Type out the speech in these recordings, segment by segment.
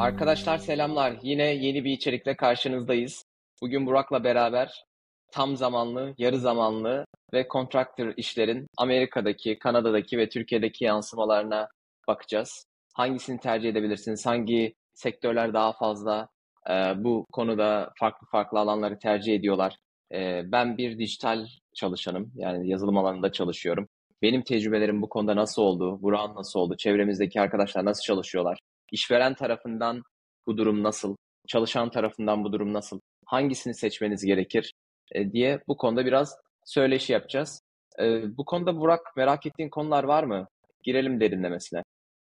Arkadaşlar selamlar. Yine yeni bir içerikle karşınızdayız. Bugün Burak'la beraber tam zamanlı, yarı zamanlı ve contractor işlerin Amerika'daki, Kanada'daki ve Türkiye'deki yansımalarına bakacağız. Hangisini tercih edebilirsiniz? Hangi sektörler daha fazla bu konuda farklı farklı alanları tercih ediyorlar? Ben bir dijital çalışanım. Yani yazılım alanında çalışıyorum. Benim tecrübelerim bu konuda nasıl oldu? Burak'ın nasıl oldu? Çevremizdeki arkadaşlar nasıl çalışıyorlar? İşveren tarafından bu durum nasıl? Çalışan tarafından bu durum nasıl? Hangisini seçmeniz gerekir diye bu konuda biraz söyleşi yapacağız. Bu konuda Burak merak ettiğin konular var mı? Girelim derinlemesine.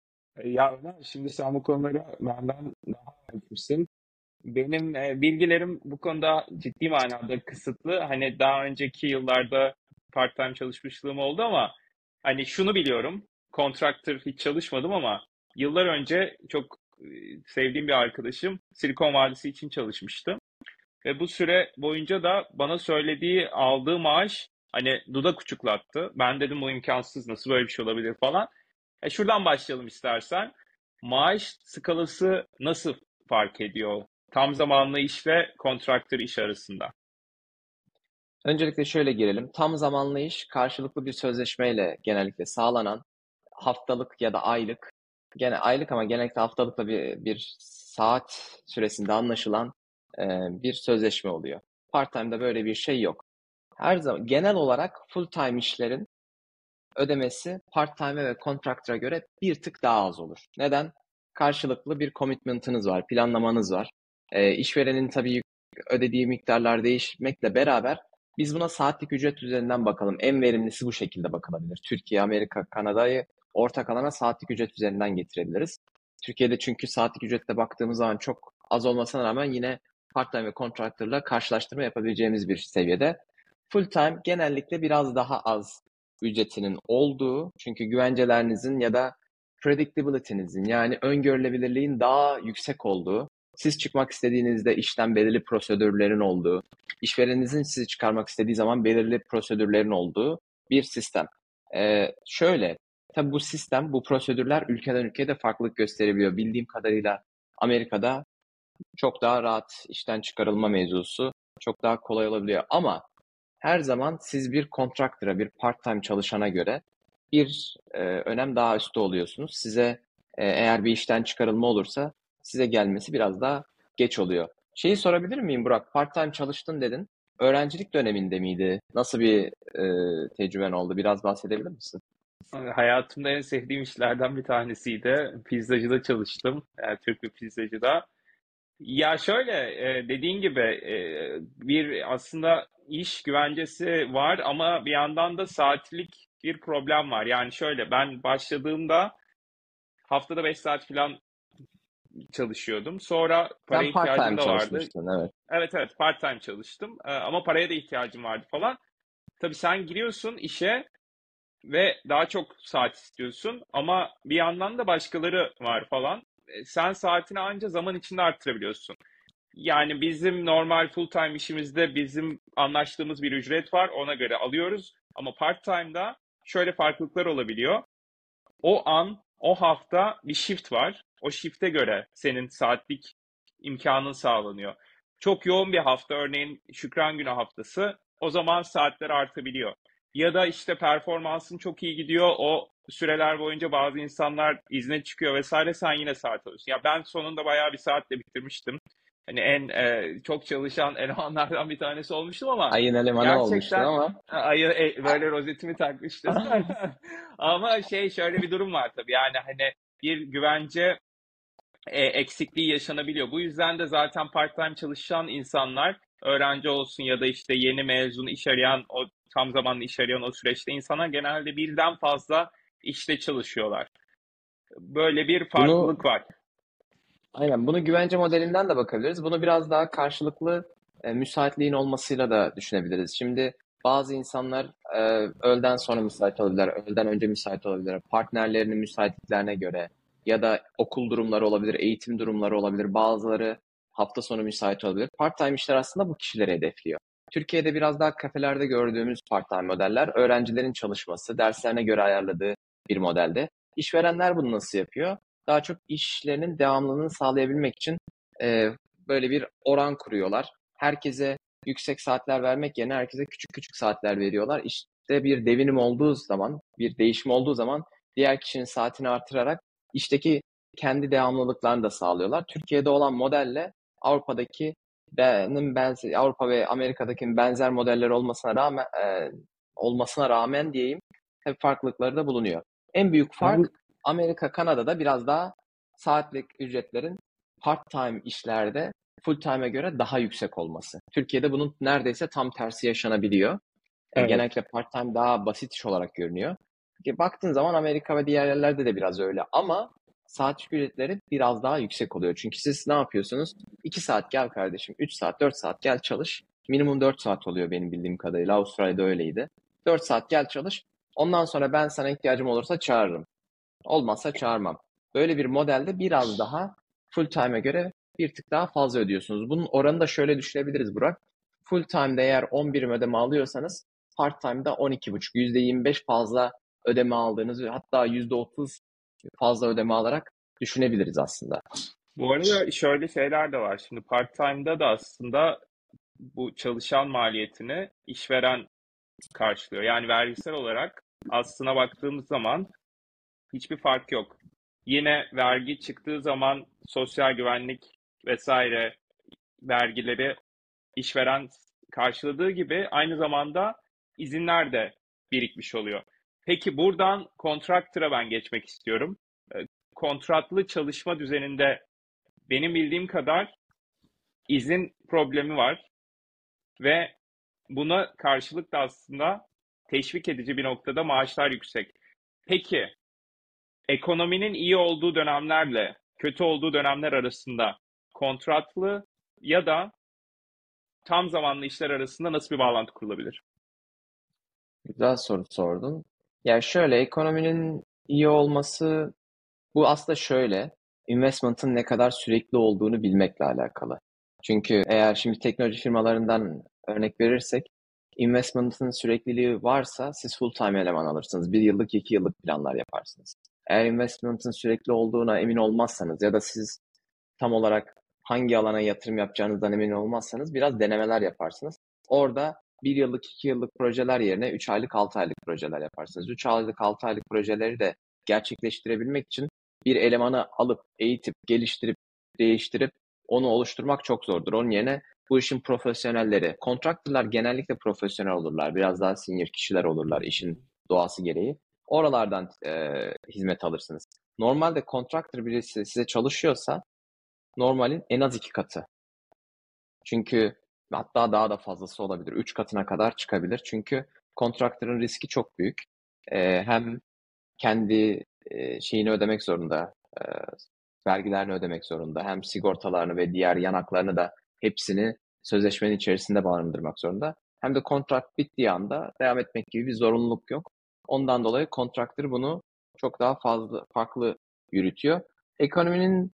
Ya Ömer, şimdi sen bu konulara benden daha hakimsin. Benim bilgilerim bu konuda ciddi manada kısıtlı. Hani daha önceki yıllarda part-time çalışmışlığım oldu ama hani şunu biliyorum. Contractor hiç çalışmadım ama yıllar önce çok sevdiğim bir arkadaşım Silikon Vadisi için çalışmıştı. Ve bu süre boyunca da bana söylediği aldığı maaş hani dudak uçuklattı. Ben dedim bu imkansız, nasıl böyle bir şey olabilir falan. Şuradan başlayalım istersen. Maaş skalası nasıl fark ediyor? Tam zamanlı iş ve kontraktör iş arasında. Öncelikle şöyle girelim. Tam zamanlı iş karşılıklı bir sözleşmeyle genellikle sağlanan haftalık ya da aylık, gene aylık ama genellikle haftalıkla bir saat süresinde anlaşılan bir sözleşme oluyor. Part-time'da böyle bir şey yok. Her zaman genel olarak full-time işlerin ödemesi part-time ve contractor'a göre bir tık daha az olur. Neden? Karşılıklı bir commitment'ınız var, planlamanız var. İşverenin tabii ödediği miktarlar değişmekle beraber biz buna saatlik ücret üzerinden bakalım. En verimlisi bu şekilde bakılabilir. Türkiye, Amerika, Kanada'yı ortak alana saatlik ücret üzerinden getirebiliriz. Türkiye'de çünkü saatlik ücretle baktığımız zaman çok az olmasına rağmen yine part-time ve contractor'la karşılaştırma yapabileceğimiz bir seviyede. Full-time genellikle biraz daha az ücretinin olduğu, çünkü güvencelerinizin ya da predictability'nizin, yani öngörülebilirliğin daha yüksek olduğu, siz çıkmak istediğinizde işten belirli prosedürlerin olduğu, işvereninizin sizi çıkarmak istediği zaman belirli prosedürlerin olduğu bir sistem. Şöyle, tabii bu sistem, bu prosedürler ülkeden ülkeye de farklılık gösterebiliyor. Bildiğim kadarıyla Amerika'da çok daha rahat işten çıkarılma mevzusu çok daha kolay olabiliyor. Ama her zaman siz bir kontraktıra, bir part-time çalışana göre bir önem daha üstte oluyorsunuz. Size eğer bir işten çıkarılma olursa size gelmesi biraz daha geç oluyor. Şeyi sorabilir miyim Burak? Part-time çalıştın dedin. Öğrencilik döneminde miydi? Nasıl bir tecrüben oldu? Biraz bahsedebilir misin? Hayatımda en sevdiğim işlerden bir tanesiydi. Pizzacıda çalıştım. Türk bir pizzacıda. Ya şöyle dediğin gibi bir aslında iş güvencesi var ama bir yandan da saatlik bir problem var. Yani şöyle ben başladığımda haftada 5 saat falan çalışıyordum. Sonra paraya Sen ihtiyacım part-time da vardı. çalışmıştın, evet. Evet, evet, part-time çalıştım. Ama paraya da ihtiyacım vardı falan. Tabii sen giriyorsun işe ve daha çok saat istiyorsun ama bir yandan da başkaları var falan. Sen saatini anca zaman içinde arttırabiliyorsun. Yani bizim normal full-time işimizde bizim anlaştığımız bir ücret var, ona göre alıyoruz. Ama part-time'da şöyle farklılıklar olabiliyor. O an, o hafta bir shift var. O shift'e göre senin saatlik imkanın sağlanıyor. Çok yoğun bir hafta, örneğin Şükran Günü haftası, o zaman saatler artabiliyor. Ya da işte performansın çok iyi gidiyor, o süreler boyunca bazı insanlar izne çıkıyor vesaire, sen yine saat alıyorsun. Ya ben sonunda bayağı bir saatle bitirmiştim. Hani en çok çalışan elemanlardan bir tanesi olmuştum ama Ayın elemanı olmuştun gerçekten ama. ayı böyle rozetimi takmıştım. Ama şey, şöyle bir durum var tabii, yani hani bir güvence eksikliği yaşanabiliyor. Bu yüzden de zaten part-time çalışan insanlar, öğrenci olsun ya da işte yeni mezun iş arayan, o tam zamanlı iş arayan o süreçte insanlar genelde birden fazla işte çalışıyorlar. Böyle bir Bunu farklılık var. Aynen, bunu güvence modelinden de bakabiliriz. Bunu biraz daha karşılıklı müsaitliğin olmasıyla da düşünebiliriz. Şimdi bazı insanlar öğleden sonra müsait olabilirler, öğleden önce müsait olabilirler. Partnerlerinin müsaitliklerine göre ya da okul durumları olabilir, eğitim durumları olabilir. Bazıları hafta sonu müsait olabilir. Part-time işler aslında bu kişileri hedefliyor. Türkiye'de biraz daha kafelerde gördüğümüz part-time modeller öğrencilerin çalışması, derslerine göre ayarladığı bir modelde. İşverenler bunu nasıl yapıyor? daha çok işlerinin devamlılığını sağlayabilmek için e, böyle bir oran kuruyorlar. Herkese yüksek saatler vermek yerine herkese küçük küçük saatler veriyorlar. İşte bir devinim olduğu zaman, bir değişim olduğu zaman diğer kişinin saatini artırarak işteki kendi devamlılıklarını da sağlıyorlar. Türkiye'de olan modelle Avrupa'daki Avrupa ve Amerika'daki benzer modeller olmasına rağmen diyeyim, tabii farklılıkları da bulunuyor. En büyük fark Bu Amerika, Kanada'da biraz daha saatlik ücretlerin part-time işlerde full-time'e göre daha yüksek olması. Türkiye'de bunun neredeyse tam tersi yaşanabiliyor. evet. Genellikle part-time daha basit iş olarak görünüyor. Baktığın zaman Amerika ve diğer yerlerde de biraz öyle ama saatlik ücretleri biraz daha yüksek oluyor. Çünkü siz ne yapıyorsunuz? 2 saat gel kardeşim, 3 saat, 4 saat gel çalış. Minimum 4 saat oluyor benim bildiğim kadarıyla. Avustralya'da öyleydi. 4 saat gel çalış. Ondan sonra ben sana ihtiyacım olursa çağırırım. Olmazsa çağırmam. Böyle bir modelde biraz daha full time'e göre bir tık daha fazla ödüyorsunuz. Bunun oranı da şöyle düşünebiliriz Burak. Full time'da eğer 10 birim ödeme alıyorsanız part time'da 12,5, %25 fazla ödeme aldığınızı, hatta %30 fazla ödeme alarak düşünebiliriz aslında. Bu arada şöyle şeyler de var. Şimdi part-time'da da aslında bu çalışan maliyetini işveren karşılıyor. Yani vergisel olarak aslına baktığımız zaman hiçbir fark yok. Yine vergi çıktığı zaman sosyal güvenlik vesaire vergileri işveren karşıladığı gibi aynı zamanda izinler de birikmiş oluyor. Peki buradan kontraktıra ben geçmek istiyorum. Kontratlı çalışma düzeninde benim bildiğim kadar izin problemi var ve buna karşılık da aslında teşvik edici bir noktada maaşlar yüksek. Peki ekonominin iyi olduğu dönemlerle kötü olduğu dönemler arasında kontratlı ya da tam zamanlı işler arasında nasıl bir bağlantı kurulabilir? Güzel soru sordun. Yani şöyle, ekonominin iyi olması, bu aslında şöyle, investment'ın ne kadar sürekli olduğunu bilmekle alakalı. Çünkü eğer şimdi teknoloji firmalarından örnek verirsek, investment'ın sürekliliği varsa siz full time eleman alırsınız. Bir yıllık, 2 yıllık planlar yaparsınız. Eğer investment'ın sürekli olduğuna emin olmazsanız ya da siz tam olarak hangi alana yatırım yapacağınızdan emin olmazsanız biraz denemeler yaparsınız. Orada 1 yıllık, 2 yıllık projeler yerine 3 aylık, 6 aylık projeler yaparsınız. 3 aylık, 6 aylık projeleri de gerçekleştirebilmek için bir elemanı alıp, eğitip, geliştirip, değiştirip onu oluşturmak çok zordur. Onun yerine bu işin profesyonelleri, kontratörler genellikle profesyonel olurlar. Biraz daha senior kişiler olurlar işin doğası gereği. Oralardan hizmet alırsınız. Normalde kontratör birisi size çalışıyorsa normalin en az 2 katı. Çünkü hatta daha da fazlası olabilir. 3 katına kadar çıkabilir. Çünkü kontraktörün riski çok büyük. Hem kendi şeyini ödemek zorunda, e, vergilerini ödemek zorunda. Hem sigortalarını ve diğer yanaklarını da hepsini sözleşmenin içerisinde barındırmak zorunda. Hem de kontrat bittiği anda devam etmek gibi bir zorunluluk yok. Ondan dolayı kontraktör bunu çok daha fazla farklı yürütüyor. Ekonominin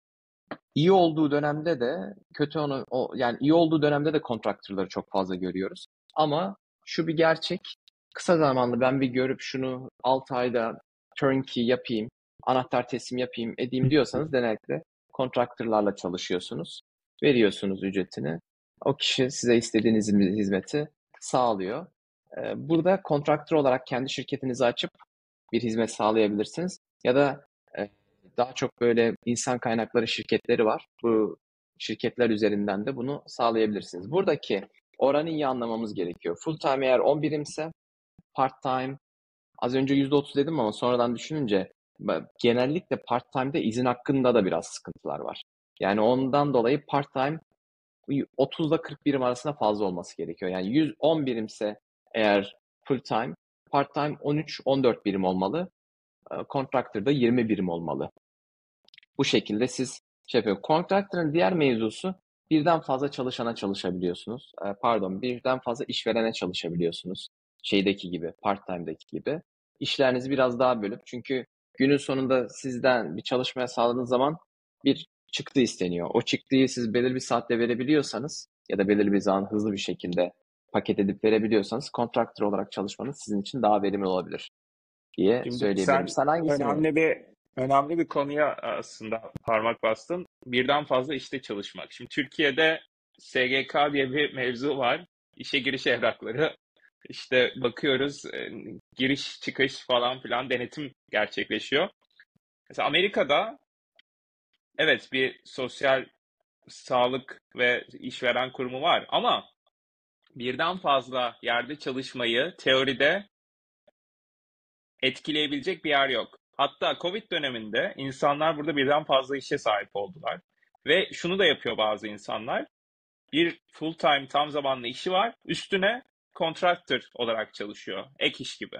İyi olduğu dönemde de yani iyi olduğu dönemde de kontraktörleri çok fazla görüyoruz. Ama şu bir gerçek. Kısa zamanlı ben bir görüp şunu 6 ayda turnkey yapayım, anahtar teslim yapayım, edeyim diyorsanız genellikle kontraktörlerle çalışıyorsunuz. Veriyorsunuz ücretini. O kişi size istediğiniz hizmeti sağlıyor. Burada kontraktör olarak kendi şirketinizi açıp bir hizmet sağlayabilirsiniz. Ya da e, daha çok böyle insan kaynakları şirketleri var. Bu şirketler üzerinden de bunu sağlayabilirsiniz. Buradaki oranı iyi anlamamız gerekiyor. Full time eğer 10 birimse, part time az önce %30 dedim ama sonradan düşününce genellikle part time'de izin hakkında da biraz sıkıntılar var. Yani ondan dolayı part time 30 ile 40 birim arasında fazla olması gerekiyor. Yani 110 birimse eğer full time, part time 13-14 birim olmalı. Contractor'da 20 birim olmalı. Bu şekilde siz şey yapıyor. Contractor'ın diğer mevzusu, birden fazla çalışana çalışabiliyorsunuz. Pardon, birden fazla işverene çalışabiliyorsunuz. Şeydeki gibi, part-time'daki gibi. İşlerinizi biraz daha bölüp, çünkü günün sonunda sizden bir çalışmaya sağladığınız zaman bir çıktı isteniyor. O çıktıyı siz belirli bir saatte verebiliyorsanız ya da belirli bir zaman hızlı bir şekilde paket edip verebiliyorsanız contractor olarak çalışmanız sizin için daha verimli olabilir diye Şimdi söyleyebilirim. sen Sen hangisini? önemli bir Önemli bir konuya aslında parmak bastın. Birden fazla işte çalışmak. Şimdi Türkiye'de SGK diye bir mevzu var. İşe giriş evrakları. İşte bakıyoruz, giriş çıkış falan filan denetim gerçekleşiyor. Mesela Amerika'da evet bir sosyal sağlık ve işveren kurumu var ama birden fazla yerde çalışmayı teoride etkileyebilecek bir yer yok. Hatta Covid döneminde insanlar burada birden fazla işe sahip oldular. Ve şunu da yapıyor bazı insanlar. Bir full time tam zamanlı işi var. Üstüne contractor olarak çalışıyor. Ek iş gibi.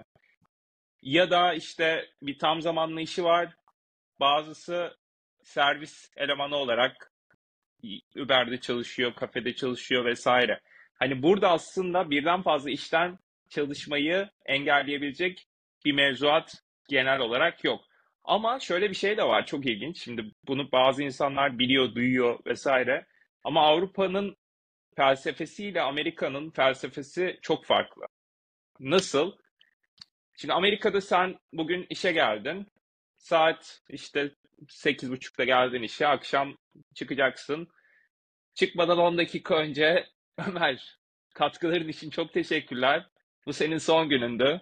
Ya da işte bir tam zamanlı işi var. Bazısı servis elemanı olarak Uber'de çalışıyor, kafede çalışıyor vesaire. Hani burada aslında birden fazla işten çalışmayı engelleyebilecek bir mevzuat genel olarak yok. Ama şöyle bir şey de var çok ilginç. Şimdi bunu bazı insanlar biliyor, duyuyor vesaire. Ama Avrupa'nın felsefesiyle Amerika'nın felsefesi çok farklı. Nasıl? Şimdi Amerika'da sen bugün işe geldin. Saat işte 8.30'da geldin işe, akşam çıkacaksın. Çıkmadan 10 dakika önce Ömer, katkıların için çok teşekkürler. Bu senin son günündü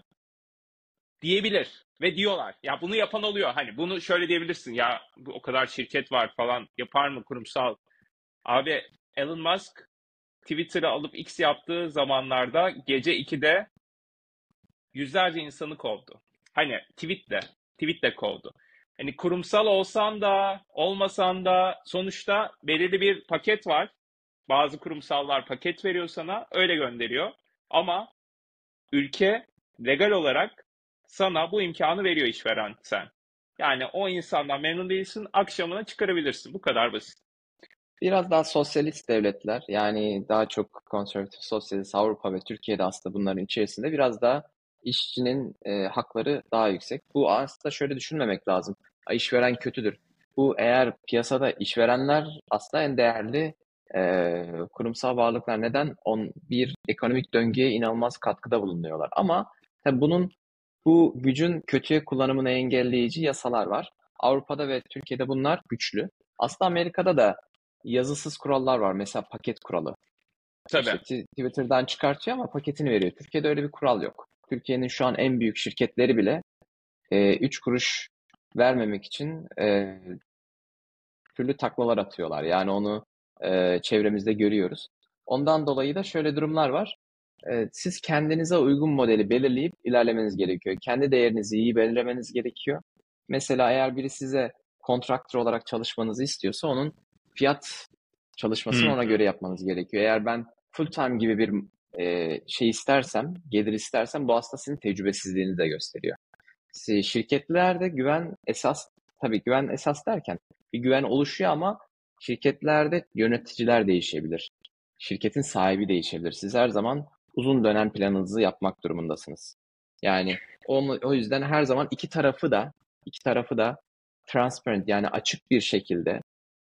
diyebilir ve diyorlar. Ya bunu yapan oluyor. Hani bunu şöyle diyebilirsin. Ya bu o kadar şirket var falan yapar mı kurumsal? Abi Elon Musk Twitter'ı alıp X yaptığı zamanlarda gece 2'de yüzlerce insanı kovdu. Hani tweetle kovdu. Hani kurumsal olsan da olmasan da sonuçta belirli bir paket var. Bazı kurumsallar paket veriyor sana, öyle gönderiyor. Ama ülke legal olarak sana bu imkanı veriyor işveren sen. Yani o insandan memnun değilsin, akşamına çıkarabilirsin. Bu kadar basit. Biraz daha sosyalist devletler, yani daha çok konservatif sosyalist Avrupa ve Türkiye'de aslında bunların içerisinde biraz daha işçinin hakları daha yüksek. Bu aslında şöyle düşünmemek lazım. "Ay, işveren kötüdür." Bu eğer piyasada işverenler aslında en değerli kurumsal varlıklar. Neden? Bir ekonomik döngüye inanılmaz katkıda bulunuyorlar. Ama tabii bu gücün kötüye kullanımını engelleyici yasalar var. Avrupa'da ve Türkiye'de bunlar güçlü. Aslında Amerika'da da yazısız kurallar var. Mesela paket kuralı. İşte Tabii. Twitter'dan çıkartıyor ama paketini veriyor. Türkiye'de öyle bir kural yok. Türkiye'nin şu an en büyük şirketleri bile 3 kuruş vermemek için türlü taklalar atıyorlar. Yani onu çevremizde görüyoruz. Ondan dolayı da şöyle durumlar var. Siz kendinize uygun modeli belirleyip ilerlemeniz gerekiyor. Kendi değerinizi iyi belirlemeniz gerekiyor. Mesela eğer biri size kontraktör olarak çalışmanızı istiyorsa onun fiyat çalışmasını Hmm. ona göre yapmanız gerekiyor. Eğer ben full time gibi bir şey istersem, gelir istersem bu aslında sizin tecrübesizliğinizi de gösteriyor. Şirketlerde güven esas, tabii güven esas derken bir güven oluşuyor ama şirketlerde yöneticiler değişebilir. Şirketin sahibi değişebilir. Siz her zaman uzun dönem planınızı yapmak durumundasınız. Yani o yüzden her zaman iki tarafı da transparent, yani açık bir şekilde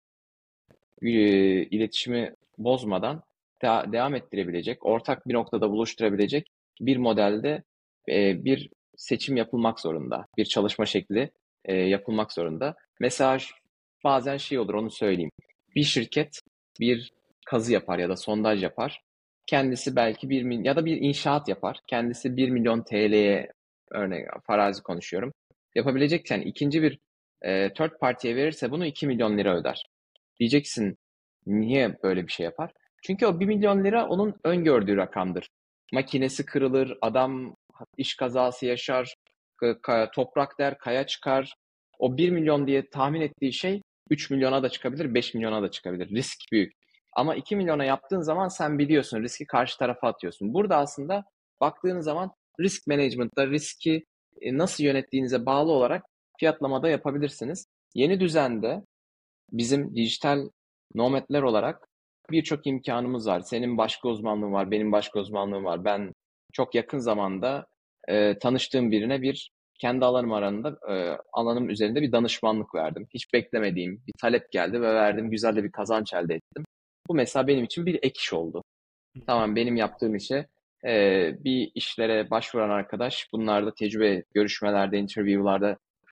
iletişimi bozmadan devam ettirebilecek, ortak bir noktada buluşturabilecek bir modelde bir seçim yapılmak zorunda. Bir çalışma şekli yapılmak zorunda. Mesela bazen şey olur, onu söyleyeyim. Bir şirket bir kazı yapar ya da sondaj yapar. Kendisi belki ya da bir inşaat yapar. Kendisi 1 milyon TL'ye, örneğin farazi konuşuyorum, yapabilecekken ikinci bir third party'ye verirse bunu 2 milyon lira öder. Diyeceksin, niye böyle bir şey yapar? Çünkü o 1 milyon lira onun öngördüğü rakamdır. Makinesi kırılır, adam iş kazası yaşar, toprak der, kaya çıkar. O 1 milyon diye tahmin ettiği şey 3 milyona da çıkabilir, 5 milyona da çıkabilir. Risk büyük. Ama 2 milyona yaptığın zaman sen biliyorsun, riski karşı tarafa atıyorsun. Burada aslında baktığınız zaman risk management'ta riski nasıl yönettiğinize bağlı olarak fiyatlamada yapabilirsiniz. Yeni düzende bizim dijital nomadler olarak birçok imkanımız var. Senin başka uzmanlığın var, benim başka uzmanlığım var. Ben çok yakın zamanda tanıştığım birine kendi alanım üzerinde bir danışmanlık verdim. Hiç beklemediğim bir talep geldi ve verdim. Güzel de bir kazanç elde ettim. Bu mesela benim için bir ek iş oldu. Tamam, benim yaptığım işe bir işlere başvuran arkadaş bunlarda tecrübe görüşmelerde, interview'larda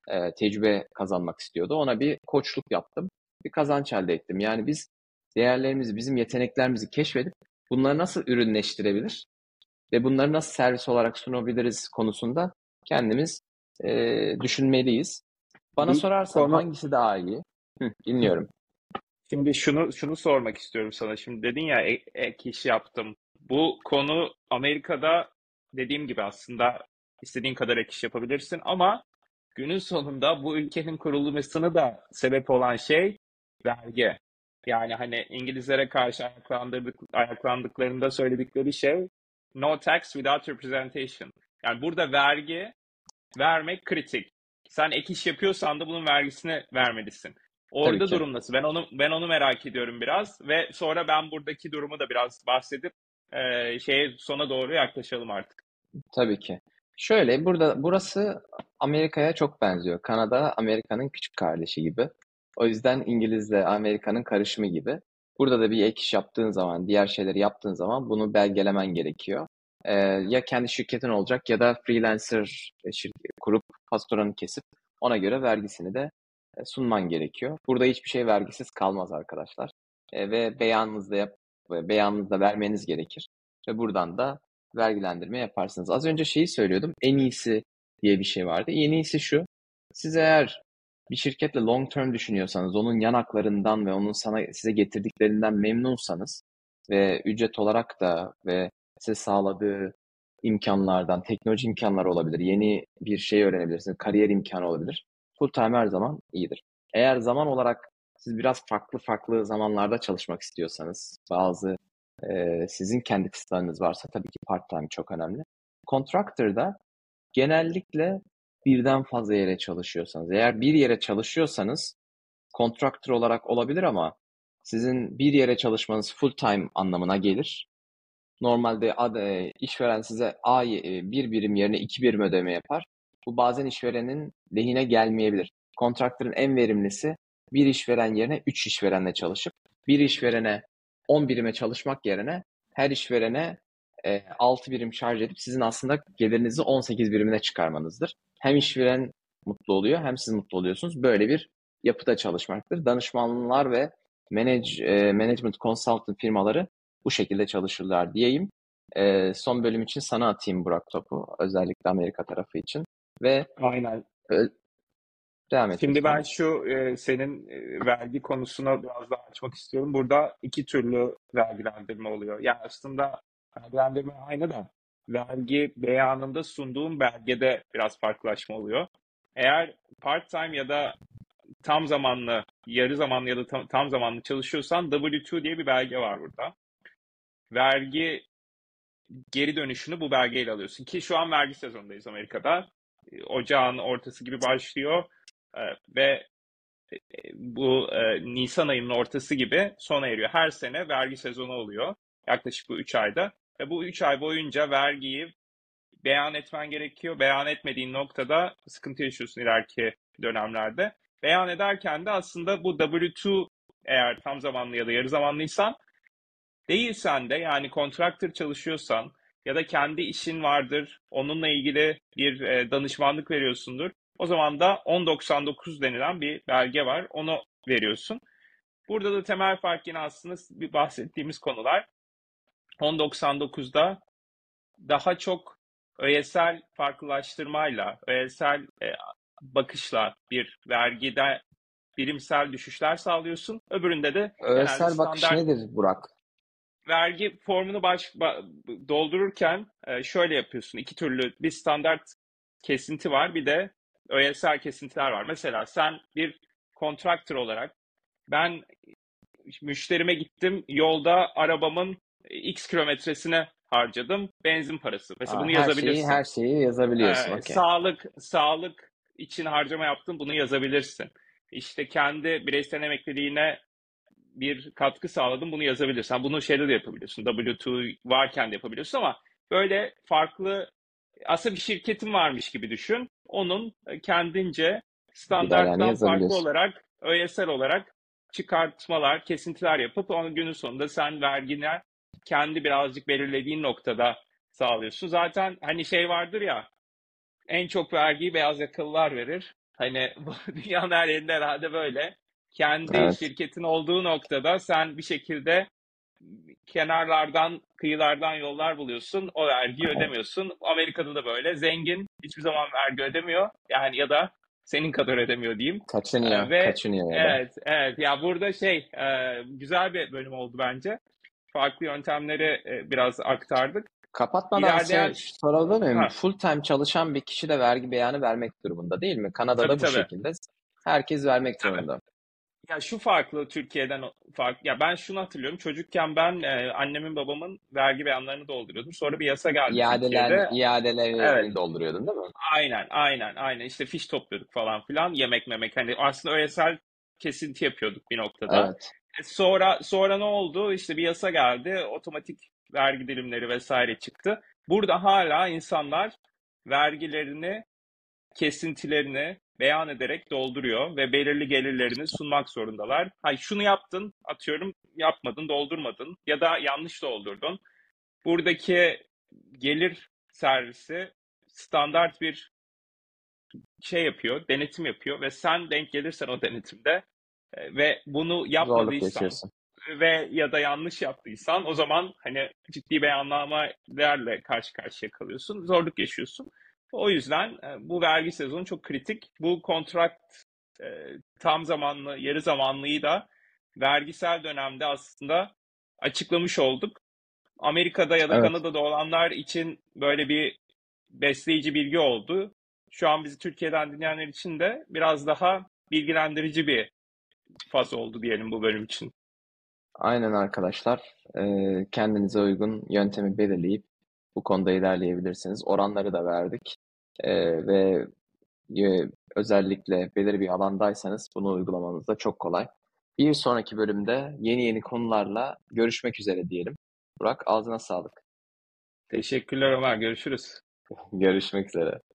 tecrübe kazanmak istiyordu. Ona bir koçluk yaptım. Bir kazanç elde ettim. Yani biz değerlerimizi, bizim yeteneklerimizi keşfedip bunları nasıl ürünleştirebilir ve bunları nasıl servis olarak sunabiliriz konusunda kendimiz düşünmeliyiz. Bana Bir sorarsan konu hangisi daha iyi? Dinliyorum. Şimdi şunu sormak istiyorum sana. Şimdi dedin ya ek iş yaptım. Bu konu Amerika'da dediğim gibi aslında istediğin kadar ek iş yapabilirsin ama günün sonunda bu ülkenin kurulmasına da sebep olan şey vergi. Yani hani İngilizlere karşı ayaklandıklarında söyledikleri şey no tax without representation. Yani burada vergi vermek kritik. Sen ek iş yapıyorsan da bunun vergisini vermelisin. Tabii Orada ki. durum nasıl? Ben onu merak ediyorum biraz ve sonra ben buradaki durumu da biraz bahsedip şeye sona doğru yaklaşalım artık. Tabii ki. Şöyle burası Amerika'ya çok benziyor. Kanada Amerika'nın küçük kardeşi gibi. O yüzden İngilizle Amerika'nın karışımı gibi. Burada da bir ek iş yaptığın zaman, diğer şeyleri yaptığın zaman bunu belgelemen gerekiyor. Ya kendi şirketin olacak ya da freelancer kurup faturanı kesip ona göre vergisini de sunman gerekiyor. Burada hiçbir şey vergisiz kalmaz arkadaşlar. Ve beyanınızda vermeniz gerekir. Ve buradan da vergilendirme yaparsınız. Az önce şeyi söylüyordum. En iyisi diye bir şey vardı. En iyisi şu. Siz eğer bir şirketle long term düşünüyorsanız, onun yanaklarından ve onun size getirdiklerinden memnunsanız ve ücret olarak da ve size sağladığı imkanlardan, teknoloji imkanları olabilir, yeni bir şey öğrenebilirsiniz, kariyer imkanı olabilir. Full time her zaman iyidir. Eğer zaman olarak siz biraz farklı zamanlarda çalışmak istiyorsanız, sizin kendi kısıtlarınız varsa tabii ki part-time çok önemli. Contractor'da genellikle birden fazla yere çalışıyorsanız, eğer bir yere çalışıyorsanız contractor olarak olabilir ama sizin bir yere çalışmanız full-time anlamına gelir. Normalde işveren size bir birim yerine iki birim ödeme yapar. Bu bazen işverenin lehine gelmeyebilir. Contractor'ın en verimlisi bir işveren yerine 3 işverenle çalışıp bir işverene 10 birime çalışmak yerine her işverene 6 birim şarj edip sizin aslında gelirinizi 18 birimine çıkarmanızdır. Hem işveren mutlu oluyor hem siz mutlu oluyorsunuz. Böyle bir yapıda çalışmaktır. Danışmanlar ve management consultant firmaları bu şekilde çalışırlar diyeyim. Son bölüm için sana atayım Burak topu. Özellikle Amerika tarafı için. Ve Aynen. e, devam et Şimdi ben lütfen. şu senin vergi konusuna biraz daha açmak istiyorum. Burada iki türlü vergilendirme oluyor. Yani aslında vergilendirme aynı da vergi beyanında sunduğum belgede biraz farklılaşma oluyor. Eğer part-time ya da tam zamanlı, yarı zamanlı ya da tam zamanlı çalışıyorsan W-2 diye bir belge var burada. Vergi geri dönüşünü bu belgeyle alıyorsun ki şu an vergi sezonundayız Amerika'da. Ocağın ortası gibi başlıyor ve bu Nisan ayının ortası gibi sona eriyor. Her sene vergi sezonu oluyor. Yaklaşık bu 3 ayda. Ve bu 3 ay boyunca vergiyi beyan etmen gerekiyor. Beyan etmediğin noktada sıkıntı yaşıyorsun ileriki dönemlerde. Beyan ederken de aslında bu W-2 eğer tam zamanlı ya da yarı zamanlıysan değilsen de yani contractor çalışıyorsan ya da kendi işin vardır, onunla ilgili bir danışmanlık veriyorsundur. O zaman da 1099 denilen bir belge var. Onu veriyorsun. Burada da temel fark yine aslında bir bahsettiğimiz konular. 1099'da daha çok öğesel farklılaştırmayla, öğesel bakışla bir vergide birimsel düşüşler sağlıyorsun. Öbüründe de genelde Öğesel bakış standart nedir Burak? vergi formunu doldururken şöyle yapıyorsun. İki türlü bir standart kesinti var, bir de öğesel kesintiler var. Mesela sen bir contractor olarak ben müşterime gittim, yolda arabamın X kilometresine harcadım, benzin parası. Mesela bunu yazabilirsin. Her şeyi yazabiliyorsun. Okey. Sağlık için harcama yaptın, bunu yazabilirsin. İşte kendi bireysel emekliliğine bir katkı sağladım, bunu yazabilirsin. Bunu şeyde de yapabiliyorsun. W2 varken de yapabiliyorsun ama böyle farklı aslında bir şirketin varmış gibi düşün. Onun kendince Giderlerini standarttan farklı yazabiliyorsun. olarak öğesel olarak çıkartmalar, kesintiler yapıp onun günün sonunda sen vergine kendi birazcık belirlediğin noktada sağlıyorsun. Zaten hani şey vardır ya, en çok vergiyi beyaz yakalılar verir. Hani bu dünyanın her yerinde herhalde böyle. Kendi Evet. şirketin olduğu noktada sen bir şekilde kenarlardan, kıyılardan yollar buluyorsun. O vergiyi Evet. ödemiyorsun. Amerika'da da böyle. Zengin hiçbir zaman vergi ödemiyor. Yani ya da senin kadar ödemiyor diyeyim. Kaçınıyor. Ve Kaçınıyor ya da. evet, evet. Ya burada güzel bir bölüm oldu bence. Farklı yöntemleri biraz aktardık. Kapatmadan İlerleyen, sorabilir miyim? ha, Full time çalışan bir kişi de vergi beyanı vermek durumunda değil mi? tabii Kanada'da bu tabii. şekilde. Herkes vermek Tabii. zorunda. Ya şu farklı Türkiye'den fark. Ya ben şunu hatırlıyorum. Çocukken ben annemin babamın vergi beyanlarını dolduruyordum. Sonra bir yasa geldi Türkiye'de. İadelerini Evet. dolduruyordun değil mi? Aynen. İşte fiş topluyorduk falan filan. Yemek memek. Hani aslında öğresel kesinti yapıyorduk bir noktada. Evet. Sonra ne oldu? İşte bir yasa geldi. Otomatik vergi dilimleri vesaire çıktı. Burada hala insanlar vergilerini, kesintilerini beyan ederek dolduruyor ve belirli gelirlerini sunmak zorundalar. Hay şunu yaptın, atıyorum yapmadın, doldurmadın ya da yanlış doldurdun. Buradaki gelir servisi standart bir yapıyor, denetim yapıyor ve sen denk gelirsen o denetimde ve bunu Zorluk yapmadıysan yaşıyorsun. ve ya da yanlış yaptıysan o zaman hani ciddi beyannamelerle karşı karşıya kalıyorsun, zorluk yaşıyorsun. O yüzden bu vergi sezonu çok kritik. Bu kontrakt e, tam zamanlı, yarı zamanlıyı da vergisel dönemde aslında açıklamış olduk. Amerika'da ya da Evet. Kanada'da olanlar için böyle bir besleyici bilgi oldu. Şu an bizi Türkiye'den dinleyenler için de biraz daha bilgilendirici bir faz oldu diyelim bu bölüm için. Aynen arkadaşlar. Kendinize uygun yöntemi belirleyip bu konuda ilerleyebilirsiniz. Oranları da verdik. Ve özellikle belirli bir alandaysanız bunu uygulamanız da çok kolay. Bir sonraki bölümde yeni konularla görüşmek üzere diyelim. Burak, ağzına sağlık. Teşekkürler Ömer. Görüşürüz. Görüşmek üzere.